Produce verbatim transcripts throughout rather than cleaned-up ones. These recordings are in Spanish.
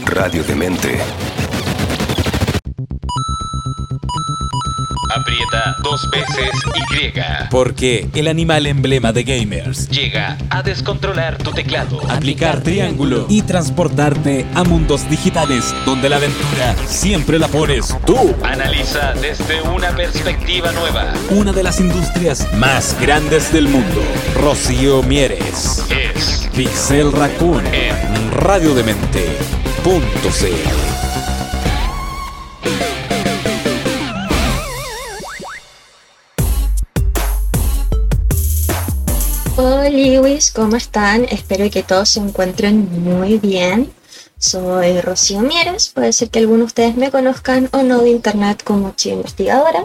Radio Demente. Aprieta dos veces Y. Porque el animal emblema de gamers llega a descontrolar tu teclado, aplicar triángulo y transportarte a mundos digitales donde la aventura siempre la pones tú. Analiza desde una perspectiva nueva Una de las industrias más grandes del mundo. Rocío Mieres es Pixel Raccoon en radio demente punto c l. Hola Lewis, ¿cómo están? Espero que todos se encuentren muy bien. Soy Rocío Mieres, puede ser que algunos de ustedes me conozcan o no de internet como chivo investigadora.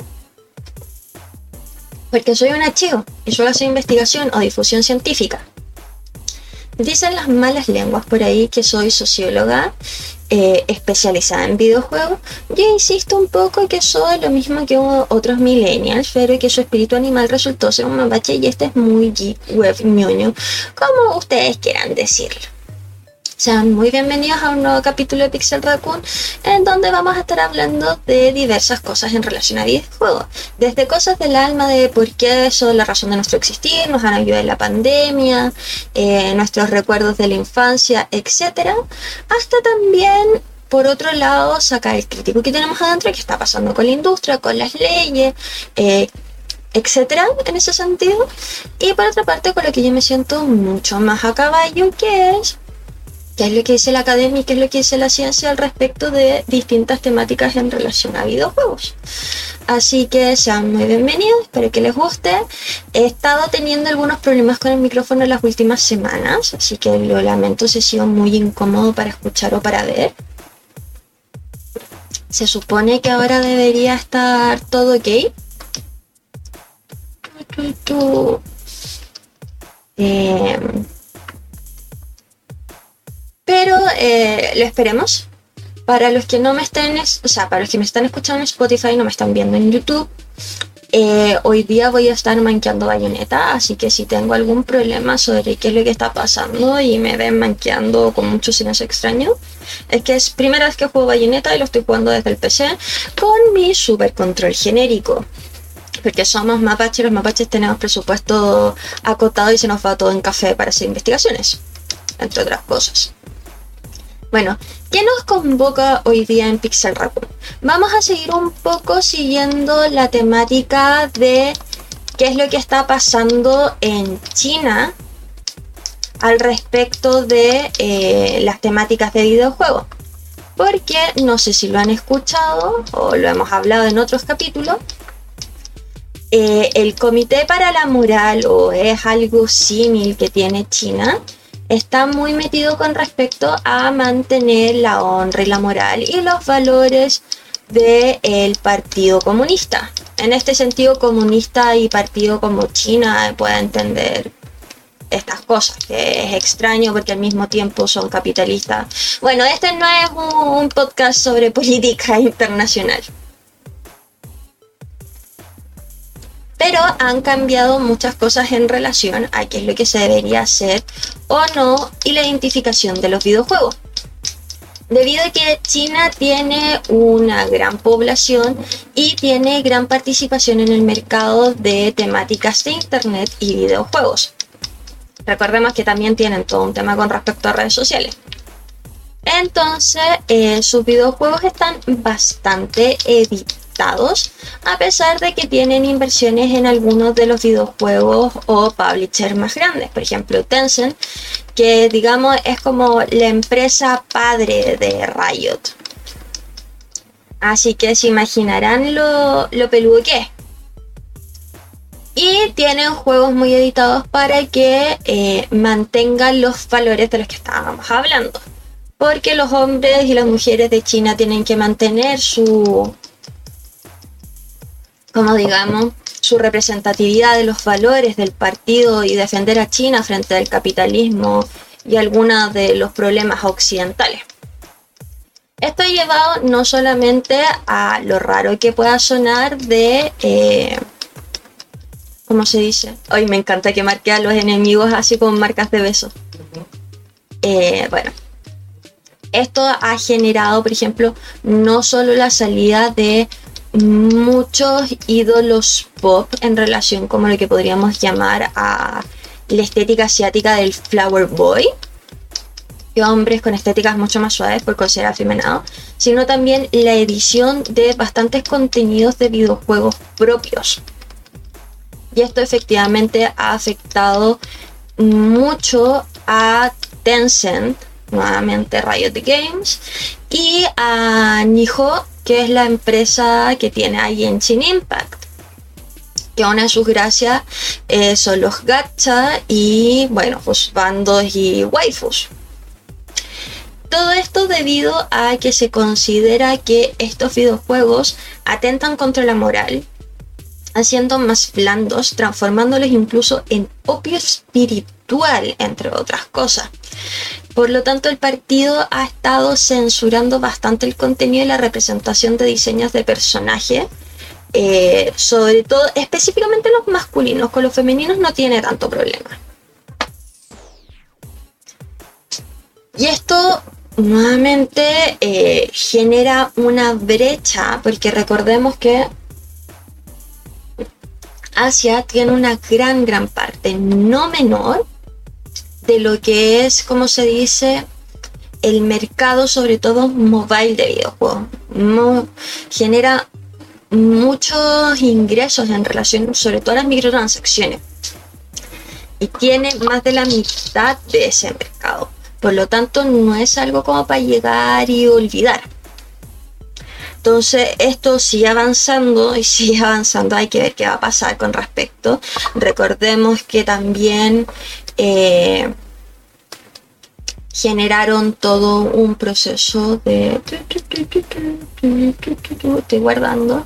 Porque soy una chivo y solo hago investigación o difusión científica. Dicen las malas lenguas por ahí que soy socióloga eh, especializada en videojuegos. Yo insisto un poco que soy lo mismo que otros millennials, pero que su espíritu animal resultó ser un mapache y este es muy geek, web, ñoño, como ustedes quieran decirlo. Sean muy bienvenidos a un nuevo capítulo de Pixel Raccoon, en donde vamos a estar hablando de diversas cosas en relación a videojuegos. Desde cosas del alma, de por qué son la razón de nuestro existir, nos han ayudado en la pandemia, eh, nuestros recuerdos de la infancia, etcétera. Hasta también, por otro lado, sacar el crítico que tenemos adentro, que está pasando con la industria, con las leyes, eh, etcétera, en ese sentido. Y por otra parte, con lo que yo me siento mucho más a caballo, que es qué es lo que dice la academia y qué es lo que dice la ciencia al respecto de distintas temáticas en relación a videojuegos. Así que sean muy bienvenidos, espero que les guste. He estado teniendo algunos problemas con el micrófono en las últimas semanas, así que lo lamento si ha sido muy incómodo para escuchar o para ver. Se supone que ahora debería estar todo ok. Eh... Pero eh, lo esperemos. Para los que no me estén, o sea, para los que me están escuchando en Spotify y no me están viendo en YouTube, eh, hoy día voy a estar manqueando Bayonetta, así que si tengo algún problema sobre qué es lo que está pasando y me ven manqueando con mucho silencio extraño, es que es primera vez que juego Bayonetta y lo estoy jugando desde el P C con mi super control genérico. Porque somos mapaches, los mapaches tenemos presupuesto acotado y se nos va todo en café para hacer investigaciones, entre otras cosas. Bueno, ¿qué nos convoca hoy día en Pixel Raccoon? Vamos a seguir un poco siguiendo la temática de qué es lo que está pasando en China al respecto de eh, las temáticas de videojuegos. Porque no sé si lo han escuchado o lo hemos hablado en otros capítulos. Eh, el Comité para la Moral, o es algo similar que tiene China, está muy metido con respecto a mantener la honra y la moral y los valores del Partido Comunista. En este sentido, comunista y partido como China puede entender estas cosas, que es extraño porque al mismo tiempo son capitalistas. Bueno, este no es un podcast sobre política internacional. Pero han cambiado muchas cosas en relación a qué es lo que se debería hacer o no y la identificación de los videojuegos. Debido a que China tiene una gran población y tiene gran participación en el mercado de temáticas de internet y videojuegos. Recordemos que también tienen todo un tema con respecto a redes sociales. Entonces, eh, sus videojuegos están bastante editados, a pesar de que tienen inversiones en algunos de los videojuegos o publishers más grandes. Por ejemplo, Tencent, que digamos es como la empresa padre de Riot. Así que se imaginarán lo, lo peludo que es. Y tienen juegos muy editados para que eh, mantengan los valores de los que estábamos hablando. Porque los hombres y las mujeres de China tienen que mantener su, como digamos, su representatividad de los valores del partido y defender a China frente al capitalismo y algunos de los problemas occidentales. Esto ha llevado no solamente a lo raro que pueda sonar de... Eh, ¿Cómo se dice? Hoy me encanta que marque a los enemigos así con marcas de besos. Eh, bueno. Esto ha generado, por ejemplo, no solo la salida de muchos ídolos pop en relación como lo que podríamos llamar a la estética asiática del flower boy, que hombres con estéticas mucho más suaves por considerar afeminado, sino también la edición de bastantes contenidos de videojuegos propios. Y esto efectivamente ha afectado mucho a Tencent, nuevamente Riot Games, y a Nihon, que es la empresa que tiene a Genshin Impact, que una de sus gracias eh, son los gacha y bueno, pues bandos y waifus. Todo esto debido a que se considera que estos videojuegos atentan contra la moral, haciendo más blandos, transformándolos incluso en opio espiritual, entre otras cosas. Por lo tanto, el partido ha estado censurando bastante el contenido y la representación de diseños de personajes, eh, sobre todo, específicamente los masculinos. Con los femeninos no tiene tanto problema. Y esto nuevamente eh, genera una brecha, porque recordemos que Asia tiene una gran, gran parte, no menor, de lo que es, como se dice, el mercado, sobre todo mobile de videojuegos. Mo- genera muchos ingresos en relación, sobre todo a las microtransacciones. Y tiene más de la mitad de ese mercado. Por lo tanto, no es algo como para llegar y olvidar. Entonces, esto sigue avanzando y sigue avanzando. Hay que ver qué va a pasar con respecto. Recordemos que también eh, generaron todo un proceso de... Estoy guardando.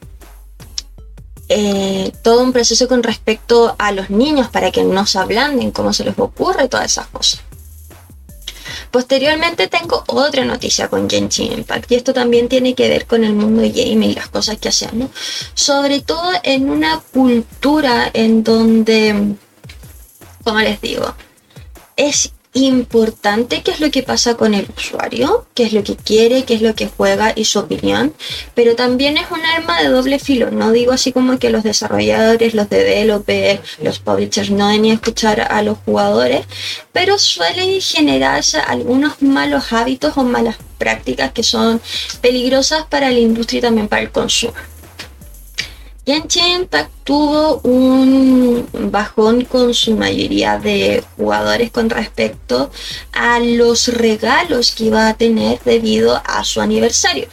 Eh, todo un proceso con respecto a los niños para que no se ablanden, cómo se les ocurre, todas esas cosas. Posteriormente tengo otra noticia con Genshin Impact, y esto también tiene que ver con el mundo gaming y las cosas que hacemos, sobre todo en una cultura en donde, como les digo, es importante qué es lo que pasa con el usuario, qué es lo que quiere, qué es lo que juega y su opinión, pero también es un arma de doble filo. No digo así como que los desarrolladores, los developers, los publishers no deben ni escuchar a los jugadores, pero suelen generarse algunos malos hábitos o malas prácticas que son peligrosas para la industria y también para el consumo. Genshin Impact tuvo un bajón con su mayoría de jugadores con respecto a los regalos que iba a tener debido a su aniversario.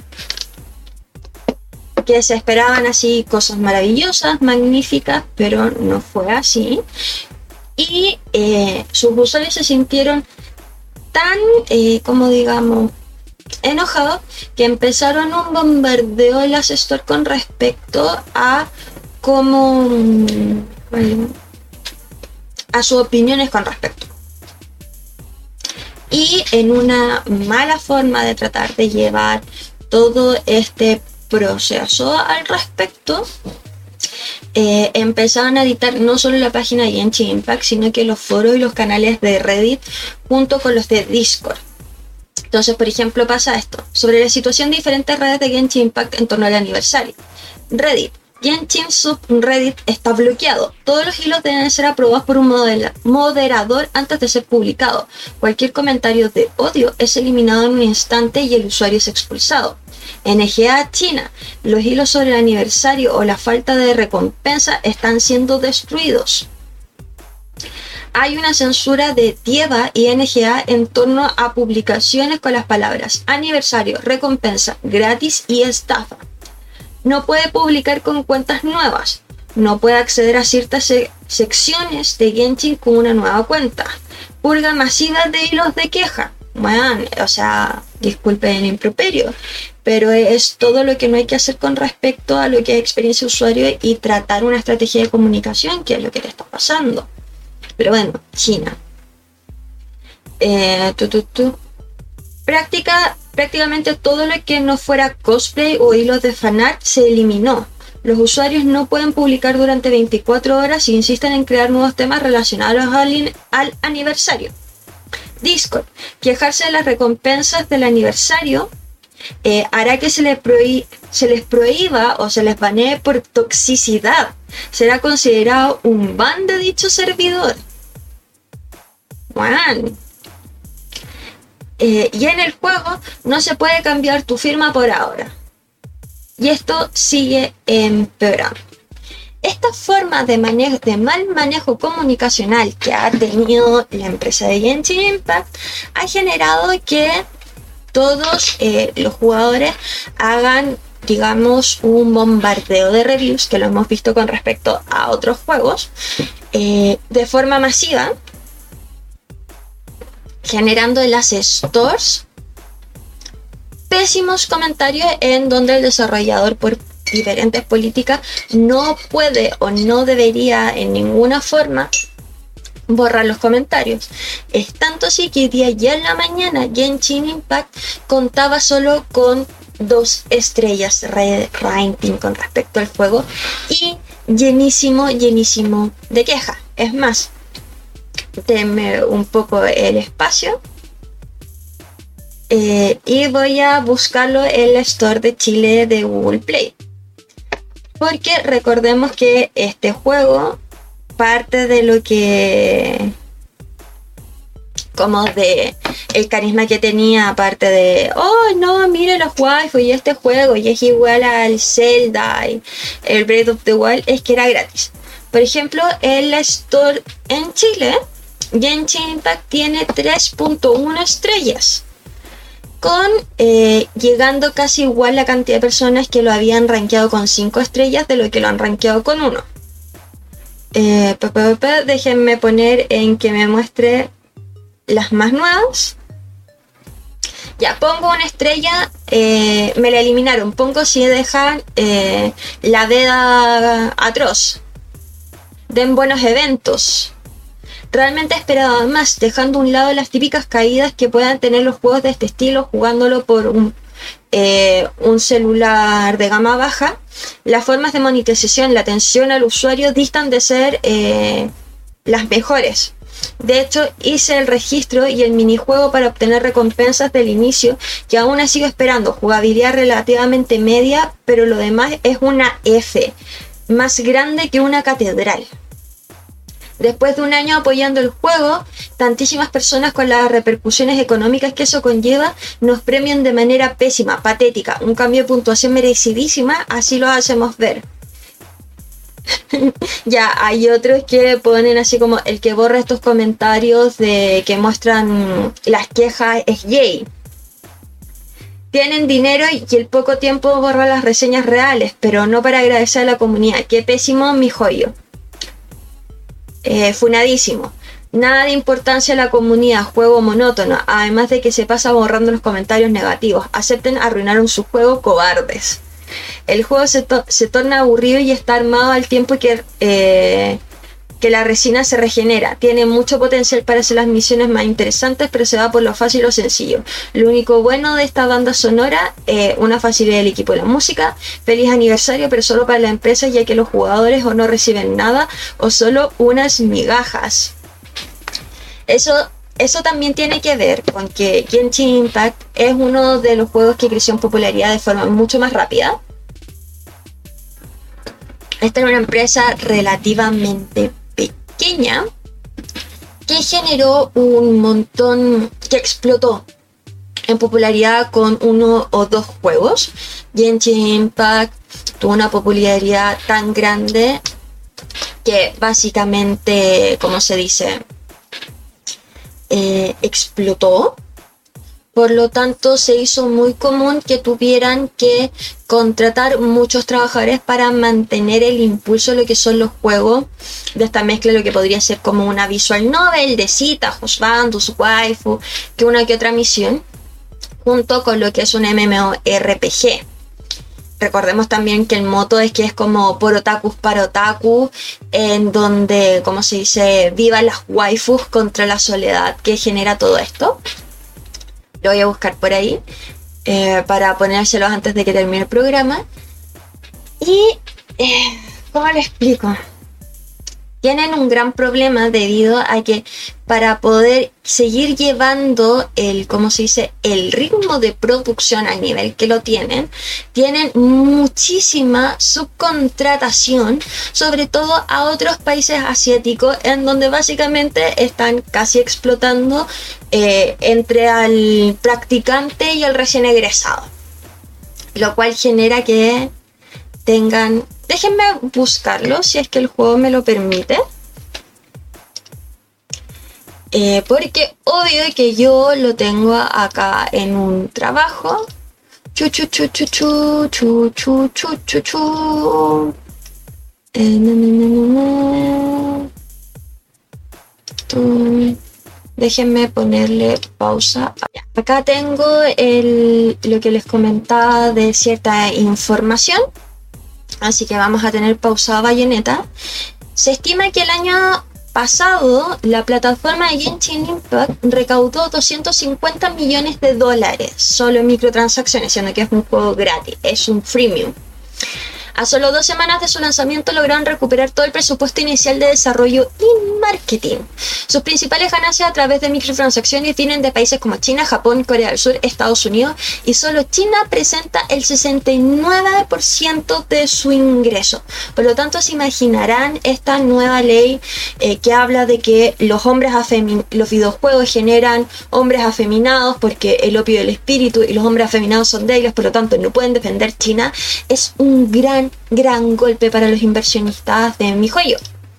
Que se esperaban así cosas maravillosas, magníficas, pero no fue así. Y eh, sus usuarios se sintieron tan, eh, como digamos, enojados, que empezaron un bombardeo en las stores con respecto a cómo, bueno, a sus opiniones con respecto. Y en una mala forma de tratar de llevar todo este proceso al respecto, eh, empezaron a editar no solo la página de Genshin Impact, sino que los foros y los canales de Reddit junto con los de Discord. Entonces, por ejemplo, pasa esto. Sobre la situación de diferentes redes de Genshin Impact en torno al aniversario. Reddit. Genshin subreddit está bloqueado. Todos los hilos deben ser aprobados por un moderador antes de ser publicado. Cualquier comentario de odio es eliminado en un instante y el usuario es expulsado. N G A China. Los hilos sobre el aniversario o la falta de recompensa están siendo destruidos. Hay una censura de Tieva y N G A en torno a publicaciones con las palabras aniversario, recompensa, gratis y estafa. No puede publicar con cuentas nuevas. No puede acceder a ciertas se secciones de Genshin con una nueva cuenta. Purga masiva de hilos de queja. Bueno, o sea, disculpen el improperio, pero es todo lo que no hay que hacer con respecto a lo que es experiencia de usuario y tratar una estrategia de comunicación, que es lo que te está pasando. Pero bueno, China. Eh, tu, tu, tu. Práctica, prácticamente todo lo que no fuera cosplay o hilos de fanart se eliminó. Los usuarios no pueden publicar durante veinticuatro horas si insisten en crear nuevos temas relacionados al, al aniversario. Discord. Quejarse de las recompensas del aniversario eh, hará que se les, prohí- se les prohíba o se les banee por toxicidad. Será considerado un ban de dicho servidor. Bueno. Eh, y en el juego no se puede cambiar tu firma por ahora. Y esto sigue empeorando. Esta forma de, manejo, de mal manejo comunicacional que ha tenido la empresa de Genshin Impact ha generado que todos eh, los jugadores hagan, digamos, un bombardeo de reviews, que lo hemos visto con respecto a otros juegos, eh, de forma masiva, generando en las stores pésimos comentarios en donde el desarrollador, por diferentes políticas, no puede o no debería en ninguna forma borrar los comentarios. Es tanto así que día ya en la mañana Genshin Impact contaba solo con dos estrellas de ranking con respecto al juego y llenísimo, llenísimo de quejas. Es más, denme un poco el espacio eh, y voy a buscarlo en la Store de Chile de Google Play. Porque recordemos que este juego, parte de lo que, como de el carisma que tenía, aparte de, oh no, mire los waifus y este juego, y es igual al Zelda y el Breath of the Wild, es que era gratis. Por ejemplo, en la Store en Chile, Genshin Impact tiene tres punto uno estrellas. Con eh, llegando casi igual la cantidad de personas que lo habían rankeado con cinco estrellas de lo que lo han rankeado con uno. Eh, pa, pa, pa, déjenme poner en que me muestre las más nuevas. Ya, pongo una estrella, eh, me la eliminaron. Pongo si dejan eh, la veda atroz. Den buenos eventos. Realmente esperaba más, dejando a un lado las típicas caídas que puedan tener los juegos de este estilo jugándolo por un, eh, un celular de gama baja. Las formas de monetización, la atención al usuario distan de ser eh, las mejores. De hecho, hice el registro y el minijuego para obtener recompensas del inicio, que aún sigo esperando. Jugabilidad relativamente media, pero lo demás es una F, más grande que una catedral. Después de un año apoyando el juego, tantísimas personas con las repercusiones económicas que eso conlleva nos premian de manera pésima, patética, un cambio de puntuación merecidísima, así lo hacemos ver. Ya, hay otros que ponen así como el que borra estos comentarios de que muestran las quejas es gay. Tienen dinero y el poco tiempo borra las reseñas reales, pero no para agradecer a la comunidad. Qué pésimo mi joyo. Eh, funadísimo. Nada de importancia a la comunidad, juego monótono, además de que se pasa borrando los comentarios negativos. Acepten, arruinaron su juego, cobardes. El juego se, to- se torna aburrido y está armado al tiempo que, eh, que la resina se regenera. Tiene mucho potencial para hacer las misiones más interesantes, pero se va por lo fácil y lo sencillo. Lo único bueno de esta banda sonora, eh, una facilidad del equipo de la música, feliz aniversario, pero solo para la empresa, ya que los jugadores o no reciben nada o solo unas migajas. Eso, eso también tiene que ver con que Genshin Impact es uno de los juegos que creció en popularidad de forma mucho más rápida. Esta era una empresa relativamente pequeña que generó un montón, que explotó en popularidad con uno o dos juegos. Genshin Impact tuvo una popularidad tan grande que básicamente, ¿cómo se dice? Eh, explotó. Por lo tanto, se hizo muy común que tuvieran que contratar muchos trabajadores para mantener el impulso de lo que son los juegos, de esta mezcla de lo que podría ser como una visual novel, de citas, husbandos, waifu, que una que otra misión, junto con lo que es un MMORPG. Recordemos también que el moto es que es como por otakus para otaku, en donde, como se dice, vivan las waifus contra la soledad que genera todo esto. Lo voy a buscar por ahí eh, para ponérselos antes de que termine el programa. Y, eh, ¿cómo lo explico? tienen un gran problema debido a que para poder seguir llevando el, ¿cómo se dice?, el ritmo de producción al nivel que lo tienen, tienen muchísima subcontratación, sobre todo a otros países asiáticos, en donde básicamente están casi explotando eh, entre al practicante y el recién egresado, lo cual genera que tengan... Déjenme buscarlo si es que el juego me lo permite. Eh, porque obvio que yo lo tengo acá en un trabajo. Chu chu chu chu chu chu chu chu chu chu. Eh, na, na, na, na. Tu. Déjenme ponerle pausa. Acá tengo el, lo que les comentaba de cierta información. Así que vamos a tener pausada Bayonetta. Se estima que el año pasado la plataforma de Genshin Impact recaudó doscientos cincuenta millones de dólares solo en microtransacciones, siendo que es un juego gratis, es un freemium. A solo dos semanas de su lanzamiento lograron recuperar todo el presupuesto inicial de desarrollo y marketing. Sus principales ganancias a través de microtransacciones vienen de países como China, Japón, Corea del Sur, Estados Unidos, y solo China presenta el sesenta y nueve por ciento de su ingreso. Por lo tanto, se imaginarán esta nueva ley eh, que habla de que los hombres afemin- los videojuegos generan hombres afeminados porque el opio del espíritu y los hombres afeminados son débiles, por lo tanto no pueden defender China. Es un gran gran golpe para los inversionistas de MiHoYo.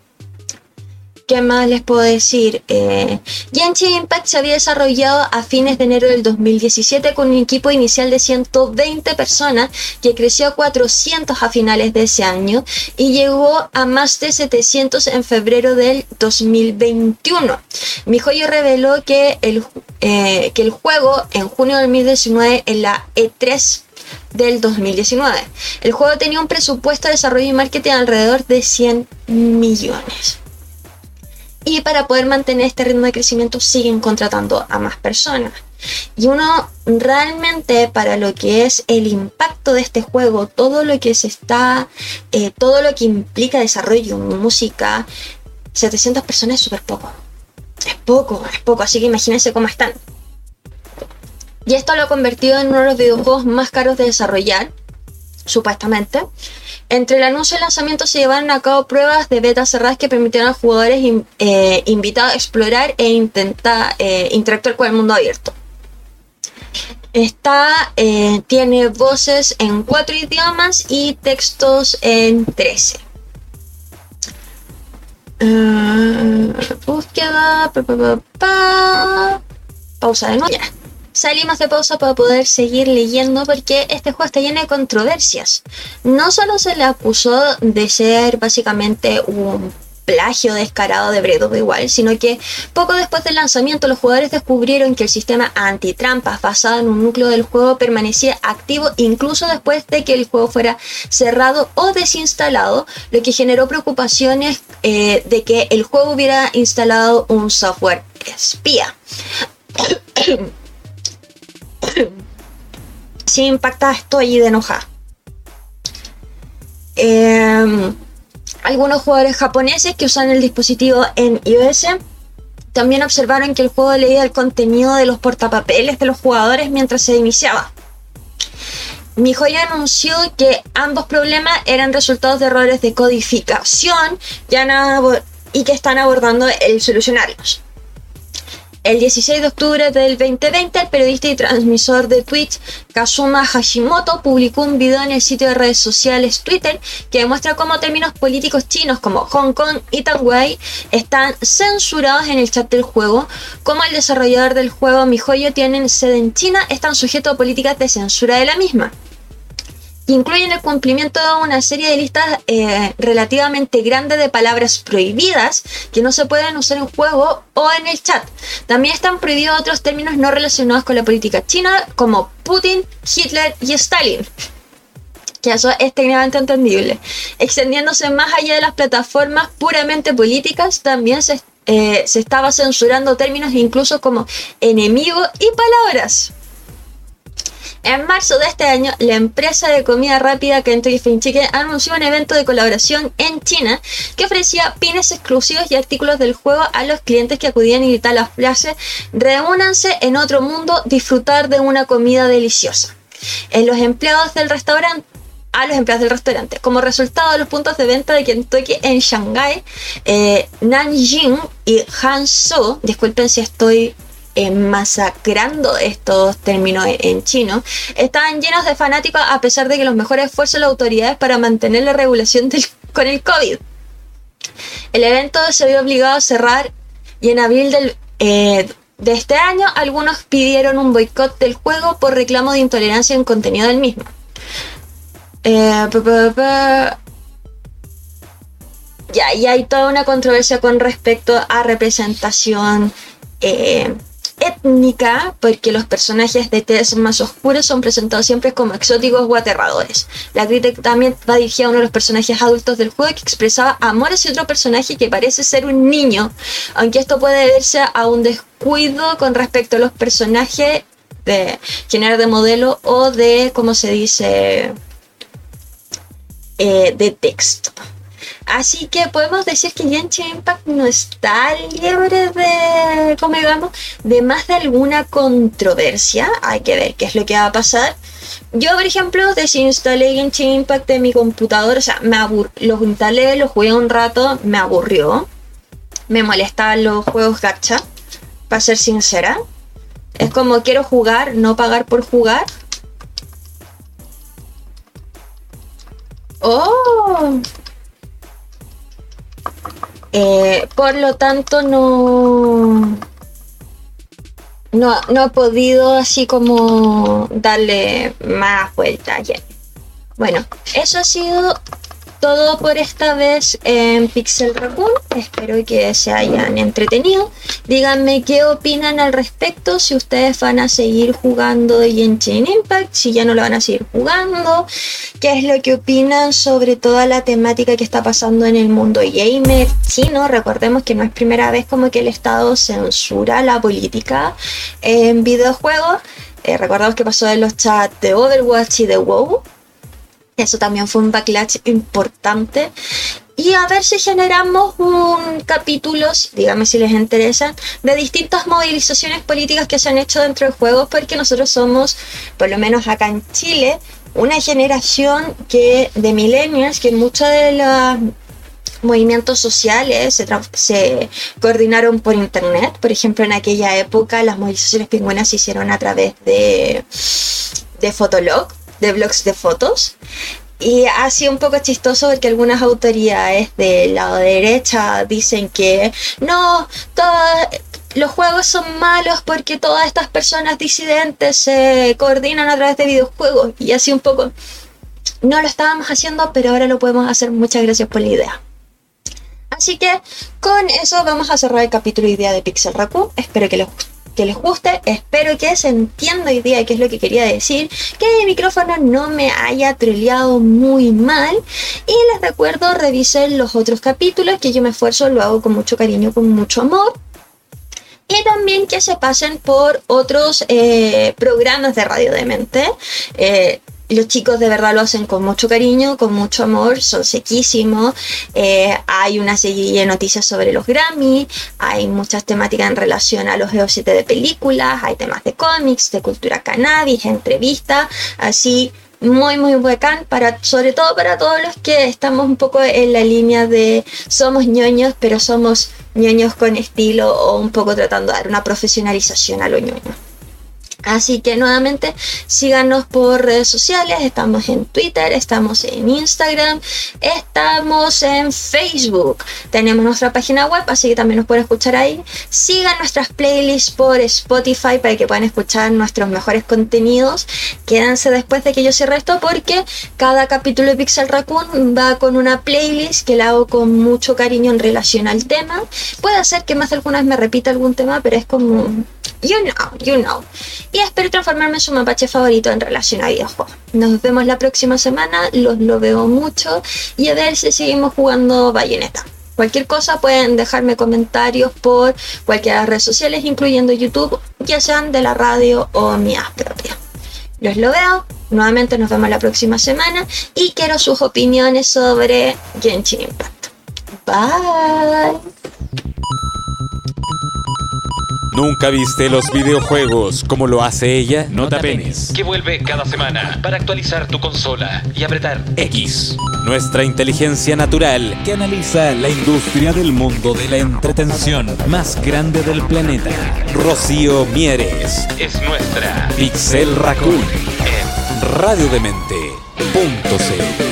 ¿Qué más les puedo decir? Eh, Genshin Impact se había desarrollado a fines de enero del dos mil diecisiete con un equipo inicial de ciento veinte personas que creció a cuatrocientos a finales de ese año y llegó a más de setecientos en febrero del dos mil veintiuno. MiHoYo reveló que el, eh, que el juego en junio de dos mil diecinueve en la E tres del dos mil diecinueve. El juego tenía un presupuesto de desarrollo y marketing alrededor de cien millones. Y para poder mantener este ritmo de crecimiento siguen contratando a más personas. Y uno realmente, para lo que es el impacto de este juego, todo lo que se está, eh, todo lo que implica desarrollo, música, setecientas personas es súper poco. Es poco, es poco, así que imagínense cómo están. Y esto lo ha convertido en uno de los videojuegos más caros de desarrollar, supuestamente. Entre el anuncio y el lanzamiento se llevaron a cabo pruebas de beta cerradas que permitieron a jugadores eh, invitados a explorar e intentar eh, interactuar con el mundo abierto. Esta eh, tiene voces en cuatro idiomas y textos en trece. Uh, búsqueda. Pa, pa, pa, pa. Pausa de nuevo. Ya. Salimos de pausa para poder seguir leyendo porque este juego está lleno de controversias. No solo se le acusó de ser básicamente un plagio descarado de Breath of the Wild, sino que poco después del lanzamiento los jugadores descubrieron que el sistema antitrampas basado en un núcleo del juego permanecía activo incluso después de que el juego fuera cerrado o desinstalado, lo que generó preocupaciones eh, de que el juego hubiera instalado un software espía. Sí, impacta, estoy de enojada. Eh, algunos jugadores japoneses que usan el dispositivo en iOS también observaron que el juego leía el contenido de los portapapeles de los jugadores mientras se iniciaba. MiHoYo anunció que ambos problemas eran resultados de errores de codificación y que están abordando el solucionarlos. El dieciséis de octubre del veinte veinte, el periodista y transmisor de Twitch Kazuma Hashimoto publicó un video en el sitio de redes sociales Twitter que demuestra cómo términos políticos chinos como Hong Kong y Taiwán están censurados en el chat del juego. Como el desarrollador del juego MiHoYo tienen sede en China, están sujetos a políticas de censura de la misma, que incluyen el cumplimiento de una serie de listas eh, relativamente grandes de palabras prohibidas que no se pueden usar en juego o en el chat. También están prohibidos otros términos no relacionados con la política china, como Putin, Hitler y Stalin, que eso es técnicamente entendible. Extendiéndose más allá de las plataformas puramente políticas, también se, eh, se estaba censurando términos incluso como enemigo y palabras. En marzo de este año, la empresa de comida rápida Kentucky Fried Chicken anunció un evento de colaboración en China que ofrecía pines exclusivos y artículos del juego a los clientes que acudían y gritaban las frases "reúnanse en otro mundo, disfrutar de una comida deliciosa" en los empleados del restaurante a los empleados del restaurante. Como resultado de los puntos de venta de Kentucky en Shanghái, eh, Nanjing y Hangzhou, disculpen si estoy eh, masacrando estos términos en chino, estaban llenos de fanáticos a pesar de que los mejores esfuerzos de las autoridades para mantener la regulación del, con el COVID. El evento se vio obligado a cerrar y en abril del eh, de este año algunos pidieron un boicot del juego por reclamo de intolerancia en contenido del mismo. Eh, pa, pa, pa. Ya, y hay toda una controversia con respecto a representación eh, étnica, porque los personajes de tez más oscuros son presentados siempre como exóticos o aterradores. La crítica también va dirigida a uno de los personajes adultos del juego que expresaba amor hacia otro personaje que parece ser un niño, aunque esto puede deberse a un descuido con respecto a los personajes de género de modelo o de, ¿cómo se dice?, eh, de texto. Así que podemos decir que Genshin Impact no está libre de, como digamos, de más de alguna controversia. Hay que ver qué es lo que va a pasar. Yo, por ejemplo, desinstalé Genshin Impact de mi computador. O sea, me abur- lo instalé, lo jugué un rato, me aburrió. Me molestaban los juegos gacha, para ser sincera. Es como quiero jugar, no pagar por jugar. ¡Oh! Eh, por lo tanto no, no no he podido así como darle más vuelta ya. Bueno, eso ha sido todo por esta vez en Pixel Raccoon. Espero que se hayan entretenido. Díganme qué opinan al respecto, si ustedes van a seguir jugando Genshin Impact, si ya no lo van a seguir jugando, qué es lo que opinan sobre toda la temática que está pasando en el mundo gamer chino. Recordemos que no es primera vez como que el Estado censura la política en videojuegos. Eh, recordamos que pasó en los chats de Overwatch y de WoW. Eso también fue un backlash importante. Y a ver si generamos un capítulo, díganme si les interesa, de distintas movilizaciones políticas que se han hecho dentro de juegos, porque nosotros somos, por lo menos acá en Chile, una generación que de millennials, que en muchos de los movimientos sociales se, tra- se coordinaron por internet. Por ejemplo, en aquella época las movilizaciones pingüinas se hicieron a través de, de Fotolog, de blogs de fotos, y ha sido un poco chistoso porque algunas autoridades del lado derecha dicen que no, todos los juegos son malos porque todas estas personas disidentes se coordinan a través de videojuegos, y así un poco no lo estábamos haciendo, pero ahora lo podemos hacer. Muchas gracias por la idea. Así que con eso vamos a cerrar el capítulo hoy día de Pixel Raccoon. Espero que les guste. Que les guste, espero que se entienda hoy día qué es lo que quería decir, que mi micrófono no me haya troleado muy mal, y les recuerdo, revisen los otros capítulos, que yo me esfuerzo, lo hago con mucho cariño, con mucho amor, y también que se pasen por otros eh, programas de Radio Demente. eh, Los chicos de verdad lo hacen con mucho cariño, con mucho amor, son sequísimos. Eh, hay una serie de noticias sobre los Grammy, hay muchas temáticas en relación a los E O siete de películas, hay temas de cómics, de cultura cannabis, entrevistas, así muy muy bacán, para, sobre todo para todos los que estamos un poco en la línea de somos ñoños, pero somos ñoños con estilo, o un poco tratando de dar una profesionalización a lo ñoño. Así que nuevamente síganos por redes sociales, estamos en Twitter, estamos en Instagram, estamos en Facebook, tenemos nuestra página web, así que también nos pueden escuchar ahí. Sigan nuestras playlists por Spotify para que puedan escuchar nuestros mejores contenidos. Quédense después de que yo cierre esto, porque cada capítulo de Pixel Raccoon va con una playlist que la hago con mucho cariño en relación al tema. Puede ser que más de algunas me repita algún tema, pero es como... You know, you know. Y espero transformarme en su mapache favorito en relación a videojuegos. Nos vemos la próxima semana, los lo veo mucho, y a ver si seguimos jugando Bayonetta. Cualquier cosa pueden dejarme comentarios por cualquiera de las redes sociales, incluyendo YouTube, ya sean de la radio o mías propias. Los lo veo. Nuevamente nos vemos la próxima semana y quiero sus opiniones sobre Genshin Impact. Bye. ¿Nunca viste los videojuegos como lo hace ella? No te apenes. Que vuelve cada semana para actualizar tu consola y apretar X. Nuestra inteligencia natural que analiza la industria del mundo de la entretención más grande del planeta. Rocío Mieres. Es nuestra Pixel Raccoon. En radiodemente punto c l.